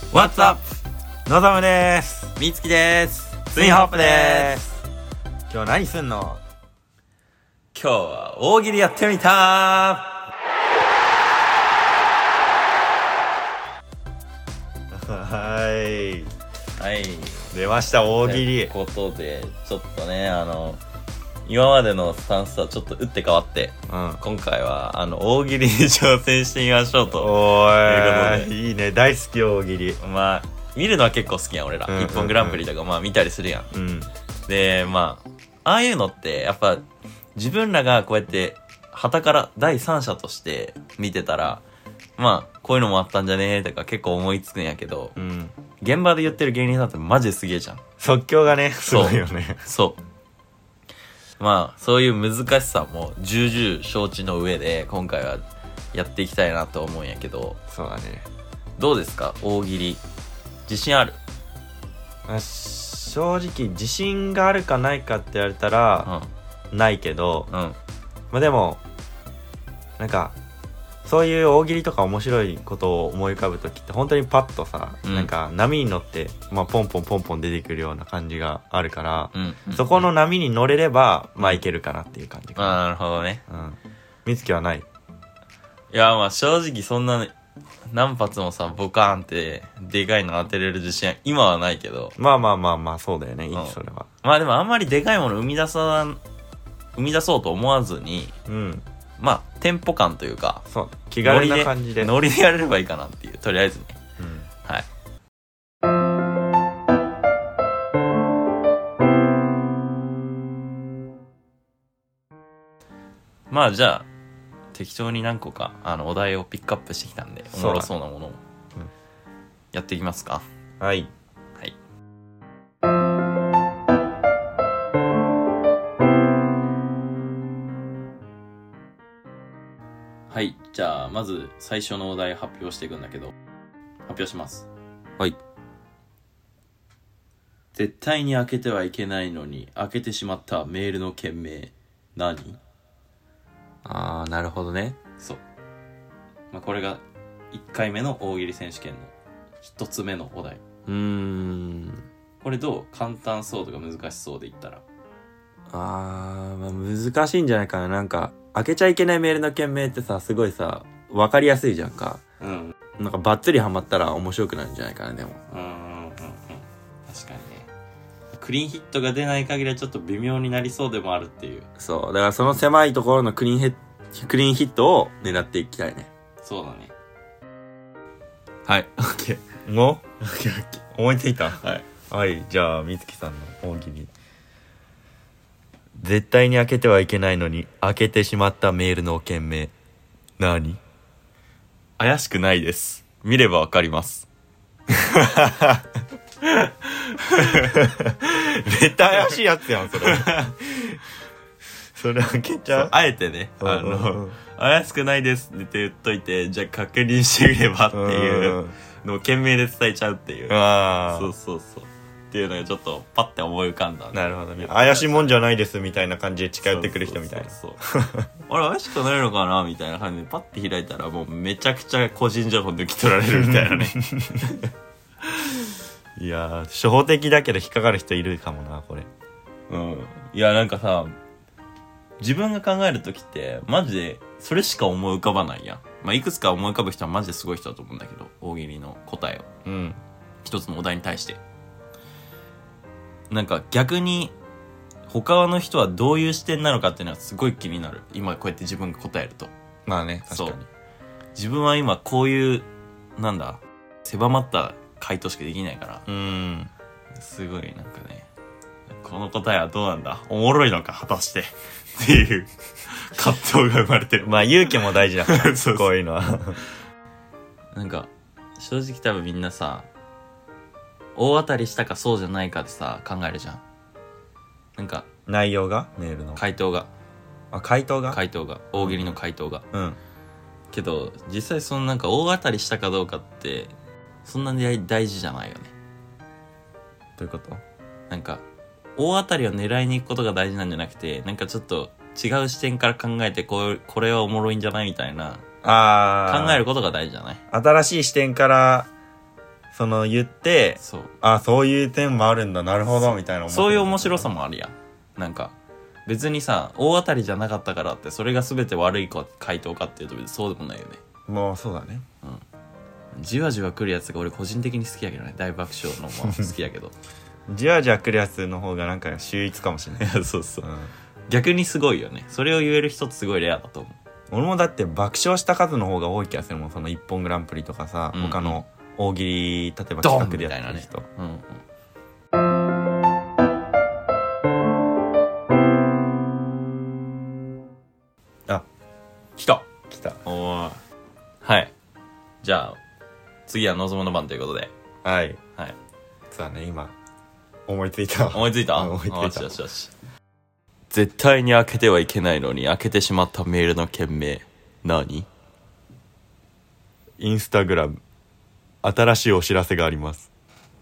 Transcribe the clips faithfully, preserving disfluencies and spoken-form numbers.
What's up? のぞむです。 みつきです。 ツインホップです。今日何すんの？ 今日は大喜利やってみたー。 はいはい出ました大喜利。 ということでちょっとねあの今までのスタンスはちょっと打って変わって、うん、今回はあの大喜利に挑戦してみましょうと。 おーいいいね、大好き大喜利。 まあ見るのは結構好きやん俺ら、うんうんうん、一本グランプリとかまあ見たりするやん、うん、でまあああいうのってやっぱ自分らがこうやって傍から第三者として見てたらまあこういうのもあったんじゃねーとか結構思いつくんやけど、うん、現場で言ってる芸人さんってマジですげえじゃん。 即興がねすごいよね。 そうまあそういう難しさも重々承知の上で今回はやっていきたいなと思うんやけど。 そうだね。 どうですか大喜利自信ある？ あ正直自信があるかないかって言われたら、うん、ないけど、うん、まあでもなんかそういう大喜利とか面白いことを思い浮かぶときって本当にパッとさ、うん、なんか波に乗って、まあ、ポンポンポンポン出てくるような感じがあるから、うんうん、そこの波に乗れればまあいけるかなっていう感じかな。 あ、なるほどね。 うん。みつきはない？ いやまあ正直そんな何発もさボカーンってでかいの当てれる自信は今はないけど、 まあまあまあまあそうだよね、いい、うん、それは。 まあでもあんまりでかいもの生み出さ生み出そうと思わずに、うん、まあテンポ感というか、 そう気軽な感じでノリでやれればいいかなっていう、とりあえずね、うん、はい。まあじゃあ適当に何個かあのお題をピックアップしてきたんでおもろそうなものをやっていきますか。 はいはいはい。じゃあまず最初のお題発表していくんだけど、発表します。 はい。 絶対に開けてはいけないのに開けてしまったメールの件名何？ あーなるほどね。 そう、まあ、これがいっかいめの大喜利選手権のひとつめのお題。 うーんこれどう？簡単そうとか難しそうで言ったら。 あー、まあ、難しいんじゃないかな。なんか開けちゃいけないメールの件名ってさすごいさ分かりやすいじゃんか。うん。なんかバッツリハマったら面白くなるんじゃないかな。でもうんうんうんうん、確かにね。クリーンヒットが出ない限りはちょっと微妙になりそうでもあるっていう。 そうだからその狭いところのクリーンヘクリーンヒットを狙っていきたいね。 そうだね。 はい。オッケー。もうオッケーオッケー。思いついた。 はい。 はい。じゃあみつきさんの大喜利。絶対に開けてはいけないのに開けてしまったメールの件名何？ 怪しくないです。見ればわかります。 絶対怪しいやつやんそれ。それ開けちゃう？ あえてね、あの怪しくないですって言っといて、じゃあ確認してみればっていうのを懸命で伝えちゃうっていう。ああそうそうそうっていうのがちょっとパッて思い浮かんだ。 なるほどね。怪しいもんじゃないですみたいな感じで近寄ってくる人みたいな。 そうそうそうあれ怪しくないのかなみたいな感じでパッて開いたらもうめちゃくちゃ個人情報抜き取られるみたいなね。 いやー初歩的だけど引っかかる人いるかもなこれ。 うん。いやなんかさ自分が考えるときってマジでそれしか思い浮かばないやん。まあいくつか思い浮かぶ人はマジですごい人だと思うんだけど、大喜利の答えを、うん、一つのお題に対してなんか逆に他の人はどういう視点なのかっていうのはすごい気になる。今こうやって自分が答えると。 まあね確かに。 自分は今こういうなんだ狭まった回答しかできないから、うん、すごいなんかねこの答えはどうなんだおもろいのか果たしてっていう葛藤が生まれてる。 まあ勇気も大事だからそうそうこういうのは。 なんか正直多分みんなさ大当たりしたかそうじゃないかってさ考えるじゃん。なんか内容がメールの回答があ回答が回答が大喜利の回答が、うん、けど実際そのなんか大当たりしたかどうかってそんなに大事じゃないよね。 どういうこと？ なんか大当たりを狙いに行くことが大事なんじゃなくて、なんかちょっと違う視点から考えてこうこれはおもろいんじゃないみたいなあ考えることが大事じゃない？ 新しい視点からその言ってそうあそういう点もあるんだなるほどみたいな思ってそういう面白さもあるやん。なんか別にさ大当たりじゃなかったからってそれが全て悪い回答かっていうと別にそうでもないよね。 もうそうだね。 うんじわじわ来るやつが俺個人的に好きやけどね。大爆笑のも好きやけどじわじわ来るやつの方がなんか秀逸かもしれない。 いやそうそう、 うん、 逆にすごいよね。それを言える人ってすごいレアだと思う。 俺もだって爆笑した数の方が多い気がするもん。その一本グランプリとかさ、うんうん、他の大喜利例えば企画でやってる人、ねうんうん、あ来た来たおーはいじゃあ次は望むの番ということではいはいそうだね今思いついた思いついた思いついたよしよしよし絶対に開けてはいけないのに開けてしまったメールの件名何？ インスタグラム新しいお知らせがあります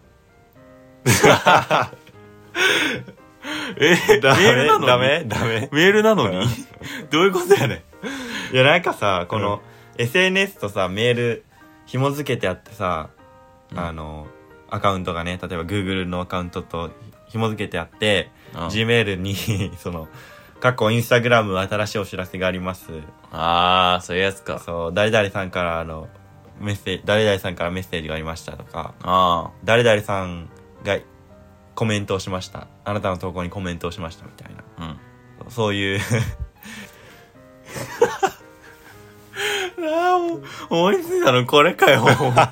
えダメメールなのにダメダメメールなのにどういうことやねん。いやなんかさこの、うん、エスエヌエス とさメール紐付けてあってさ、うん、あのアカウントがね例えば Google のアカウントと紐付けてあって、うん、Gmail にその過去インスタグラム新しいお知らせがあります。 ああそういうやつか。 そう誰々さんからあのメッセージ誰々さんからメッセージがありましたとかあ誰々さんがコメントをしましたあなたの投稿にコメントをしましたみたいな、うん、そういうあもう思いついたのこれかよ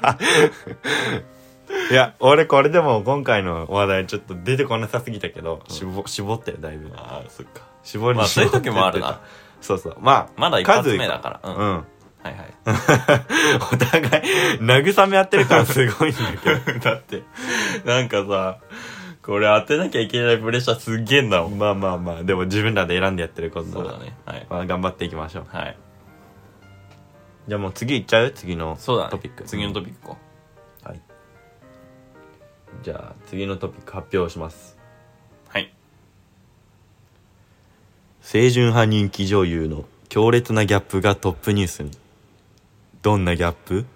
いや俺これでも今回の話題ちょっと出てこなさすぎたけど、うん、絞, 絞ってるだいぶ。 ああそっか絞りまあそういう時もあるなそうそうまあまだ一発目だからうん、うん、はいはいお互い慰め合ってるからすごいんだけどだってなんかさこれ当てなきゃいけないプレッシャーすっげえんだもん。 まあまあまあでも自分らで選んでやってることそうだねはい、 まあ、頑張っていきましょう。 はいじゃあもう次いっちゃう次のそうだ、ね、 トピック次のトピックこうはいじゃあ次のトピック発表します。 はい清純派人気女優の強烈なギャップがトップニュースに。どんなギャップ？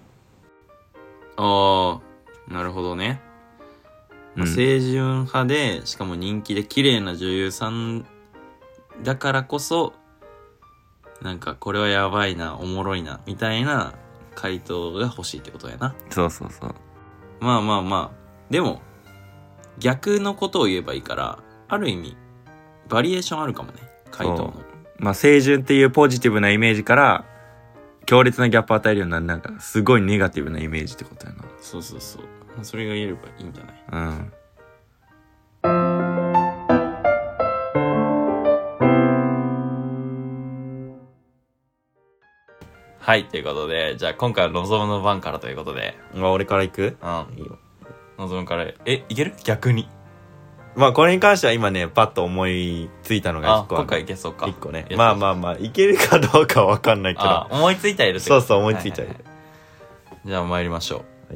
ああなるほどね、まあ、清純派でしかも人気で綺麗な女優さんだからこそなんかこれはやばいなおもろいなみたいな回答が欲しいってことやな。 そうそうそうまあまあまあでも逆のことを言えばいいからある意味バリエーションあるかもね回答の。 まあ清純っていうポジティブなイメージから強烈なギャップを与えるようななんかすごいネガティブなイメージってことやな。 そうそうそうそれが言えればいいんじゃない。 うんはいということでじゃあ今回はのぞむの番からということであ俺から行く？ うんいいよのぞむからえいける逆にまあこれに関しては今ねパッと思いついたのがいっこある。 今回いけそうかいっこねまあまあまあいけるかどうかは分かんないけどあ思いついたいるってことそうそう思いついちゃう、はいはいはい、 じゃあ参りましょう、はい、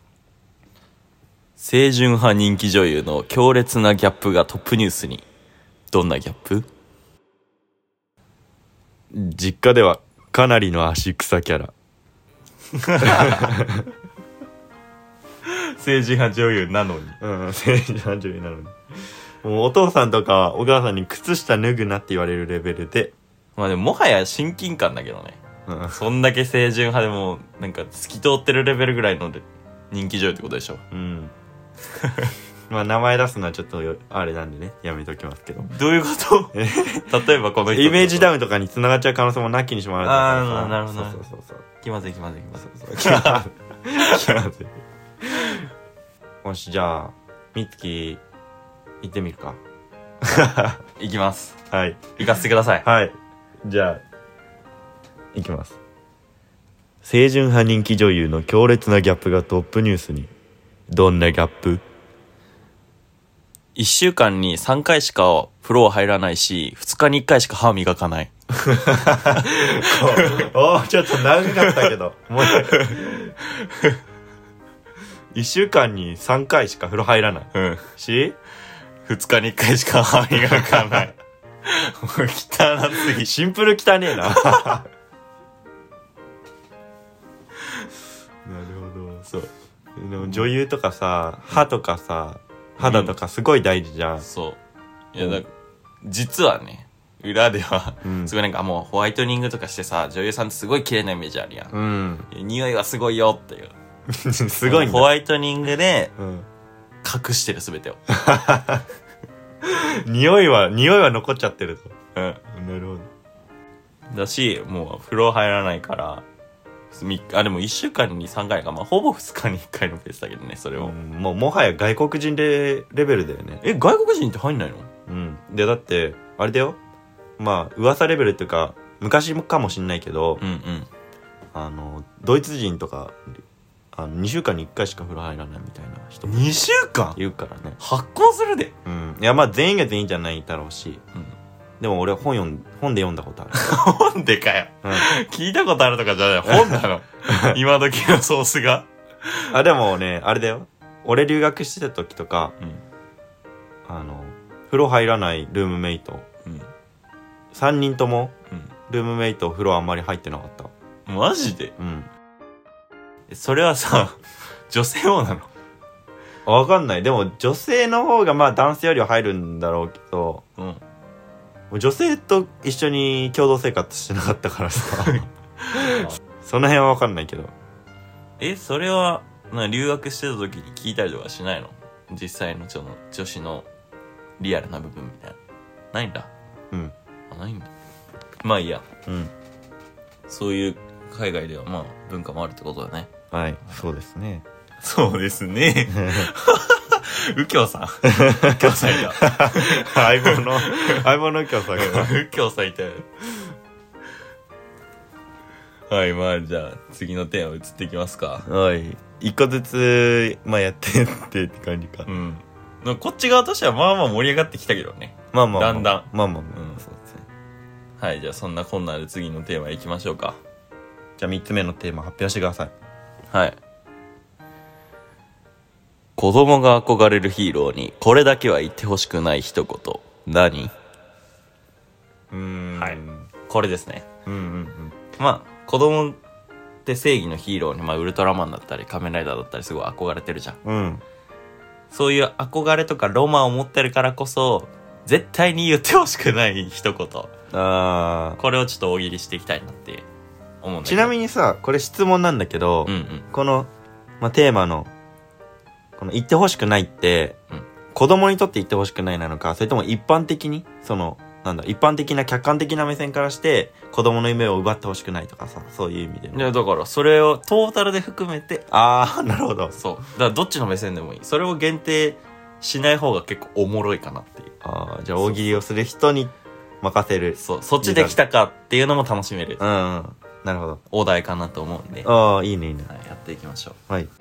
清純派人気女優の強烈なギャップがトップニュースに。どんなギャップ？実家ではかなりの足草キャラ清純派女優なのにうん清純派女優なのにもうお父さんとかお母さんに靴下脱ぐなって言われるレベルでまあでももはや親近感だけどね、うん、そんだけ清純派でもなんか透き通ってるレベルぐらいの人気女優ってことでしょ。 うんまあ名前出すのはちょっとあれなんでねやめときますけど。 どういうこと例えばこの人イメージダウンとかに繋がっちゃう可能性もなきにしもあるからさ。ああなるほどそうそうそうそう気まずい気まずい気まずい気まずい気まずいもしじゃあみつき行ってみるか行きますはい行かせてください。 はいじゃあ行きます。清純派人気女優の強烈なギャップがトップニュースに。どんなギャップ？ いっしゅうかんにさんかいしか風呂入らないしふつかにいっかいしか歯磨かないおーちょっと長かったけどもういっしゅうかんにさんかいしか風呂入らない、 うん、 しふつかにいっかいしか歯磨かないもう汚すぎシンプル汚ねえななるほどそうでも女優とかさ、歯とかさ、肌とかすごい大事じゃん、 うん、そういやだ実はね裏では、うん、すごいなんかもうホワイトニングとかしてさ女優さんってすごい綺麗なイメージあるやん、うん、匂いはすごいよっていうすごいんだホワイトニングで隠してる全てを匂いは匂いは残っちゃってると、うん、なるほどだしもう風呂入らないからあでもいっしゅうかんにさんかいか、まあ、ほぼふつかにいっかいのペースだけどねそれを、うん、 もうもはや外国人レレベルだよね。 え外国人って入んないの？ うんでだってあれだよまあ噂レベルっていうか昔かもしんないけど、うんうん、あのドイツ人とかあのにしゅうかんにいっかいしか風呂入らないみたいな人もにしゅうかん言うからね。 発酵するで。 うんいやまあ全員が全員じゃないだろうし、うんでも俺本読ん本で読んだことある本でかよ、うん、聞いたことあるとかじゃない本なの今時のソースがあでもねあれだよ俺留学してた時とか、うん、あの風呂入らないルームメイト、うん、さんにんとも、うん、ルームメイト風呂あんまり入ってなかった。 マジで？うんそれはさ女性もなの？ わかんない。でも女性の方がまあ男性よりは入るんだろうけど、うん女性と一緒に共同生活してなかったからさその辺は分かんないけど。 えそれはな留学してた時に聞いたりとかしないの？実際のその女子のリアルな部分みたいなないんだ。うんあないんだ。まあいいや。うんそういう海外ではまあ文化もあるってことだね。 はいそうですねそうですね右京さん右京さんいた相棒の相棒の右京さんが右京さんいたよはいまあじゃあ次のテーマ移っていきますか。 はい一個ずつまあやってってって感じか。うんこっち側としてはまあまあ盛り上がってきたけどね。 まあまあ、まあ、 だんだんまあまあまあ、うん、 そうですね。はいじゃあそんなこんなで次のテーマいきましょうか。 じゃあみっつめのテーマ発表してください。 はい子供が憧れるヒーローにこれだけは言ってほしくない一言何？うーんはいこれですね。うんうんうんまあ子供って正義のヒーローに、まあ、ウルトラマンだったり仮面ライダーだったりすごい憧れてるじゃん。うんそういう憧れとかロマンを持ってるからこそ絶対に言ってほしくない一言あこれをちょっと大喜利していきたいなって思うんだけど。 ちなみにさこれ質問なんだけど、うんうん、この、まあ、テーマのこの言ってほしくないって、うん、子供にとって言ってほしくないなのかそれとも一般的にそのなんだ一般的な客観的な目線からして子供の夢を奪ってほしくないとかさそういう意味で。 いやだからそれをトータルで含めてああなるほどそうだからどっちの目線でもいい。それを限定しない方が結構おもろいかなっていう。 ああじゃあ大喜利をする人に任せる。 そうそっちできたかっていうのも楽しめる。うん、 うん、なるほどお題かなと思うんで。 ああいいねいいね、 はい、やっていきましょう。はい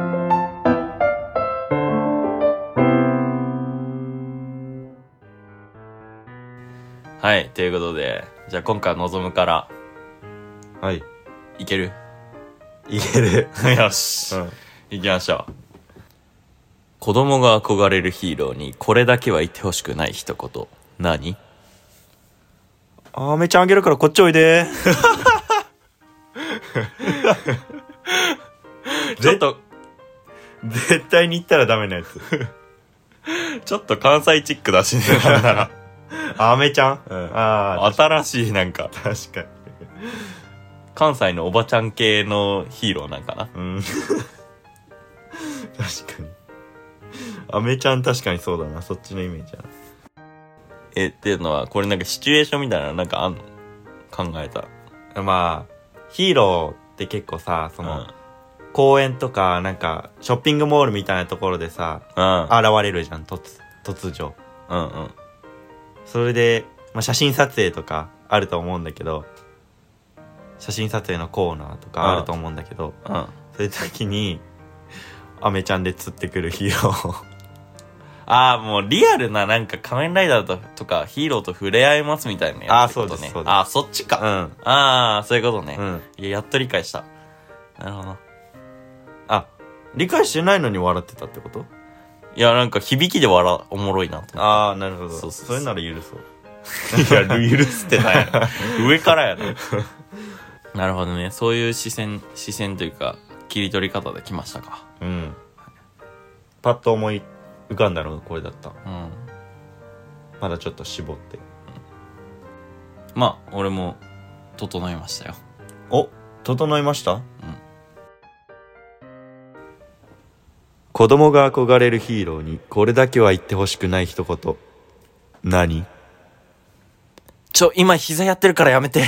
はいということでじゃあ今回望むからはいいけるいけるよし、うん、いきましょう。子供が憧れるヒーローにこれだけは言ってほしくない一言何？ あめちゃんあげるからこっちおいでちょっと絶対に言ったらダメなやつちょっと関西チックだしねなんならあめちゃん、 うん、あ新しいなんか確かに関西のおばちゃん系のヒーローなんかな。うん確かにあめちゃん確かにそうだなそっちのイメージある。 えっていうのはこれなんかシチュエーションみたいななんかあんの考えた。 まあヒーローって結構さその、うん、公園とかなんかショッピングモールみたいなところでさ、うん、現れるじゃん突突如うんうんそれで、まあ、写真撮影とかあると思うんだけど写真撮影のコーナーとかあると思うんだけど、うん、そういう時にアメちゃんで釣ってくるヒーローああもうリアルななんか仮面ライダーとかヒーローと触れ合いますみたいなやつってことね。ああそうですそうです。ああそっちか、うん、ああそういうことね、うん、いややっと理解した。なるほど。 あ理解してないのに笑ってたってこと？ いやなんか響きで笑おもろいなと思って。 ああなるほど。そうそうそう。それなら許そう。 いや許すってない上からやな。なるほどね。そういう視線視線というか切り取り方で来ましたか。 うん。パッと思い浮かんだのがこれだった。うん。まだちょっと絞って。 うん、まあ俺も整いましたよ。 お、整いました？うん。子供が憧れるヒーローにこれだけは言ってほしくない一言。何？ ちょ、今膝やってるからやめて。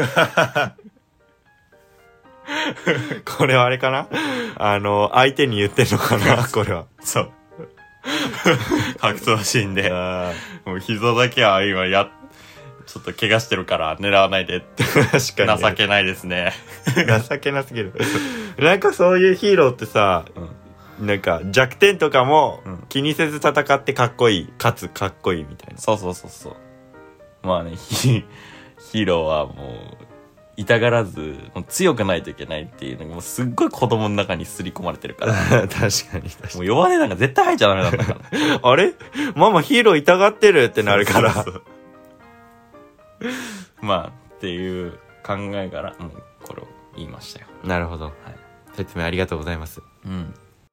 これはあれかな、あの相手に言ってんのかなこれは。 そう格闘シーンでもう膝だけは今やちょっと怪我してるから狙わないでって。確かに情けないですね。 情けなすぎる。なんかそういうヒーローってさ、うん、なんか弱点とかも気にせず戦ってかっこいい、かつかっこいいみたいな。 そうそうそうそう。まあね、ヒーローはもう痛がらずもう強くないといけないっていうのがもうすっごい子供の中に刷り込まれてるから。 確かに確かに。 もう弱音なんか絶対入っちゃダメなんだから。 あれママヒーロー痛がってるってなるから。そうそうそうまあっていう考えからもうこれを言いましたよ。 なるほど、はい、説明ありがとうございます。うん。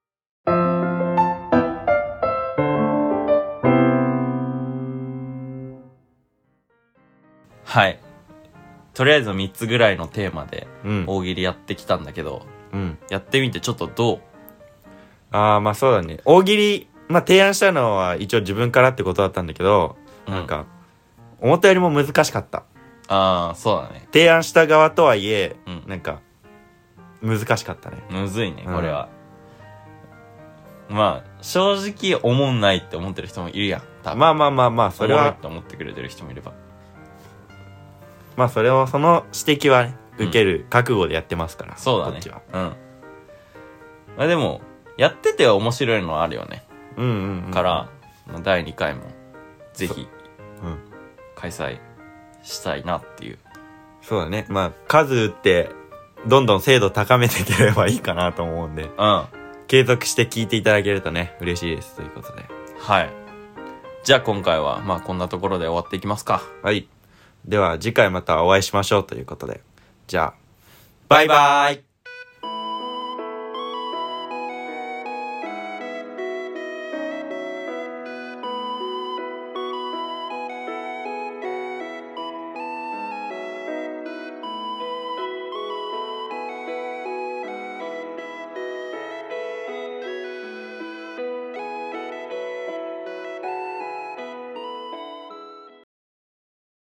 はい、とりあえずみっつぐらいのテーマで大喜利やってきたんだけど、うん、やってみてちょっとどう？ ああ、まあそうだね。大喜利、まあ提案したのは一応自分からってことだったんだけど、うん、なんか思ったよりも難しかった。 ああ、そうだね。 提案した側とはいえ、うん、なんか難しかったね。 むずいねこれは、うん、まあ正直思んないって思ってる人もいるやん。多分まあまあまあまあそれはって思ってくれてる人もいれば、 まあそれをその指摘はね受ける覚悟でやってますから、うん、 そうだね。こっちは。うん。まあでもやってて面白いのはあるよね。うんうんうん。からだいにかいもぜひ、うん、開催したいなっていう。 そうだね。まあ数打ってどんどん精度高めていければいいかなと思うんで、うん、継続して聞いていただけるとね嬉しいですということで。 はい。じゃあ今回はまあこんなところで終わっていきますか。 はい。では次回またお会いしましょうということで、じゃあバイバーイ。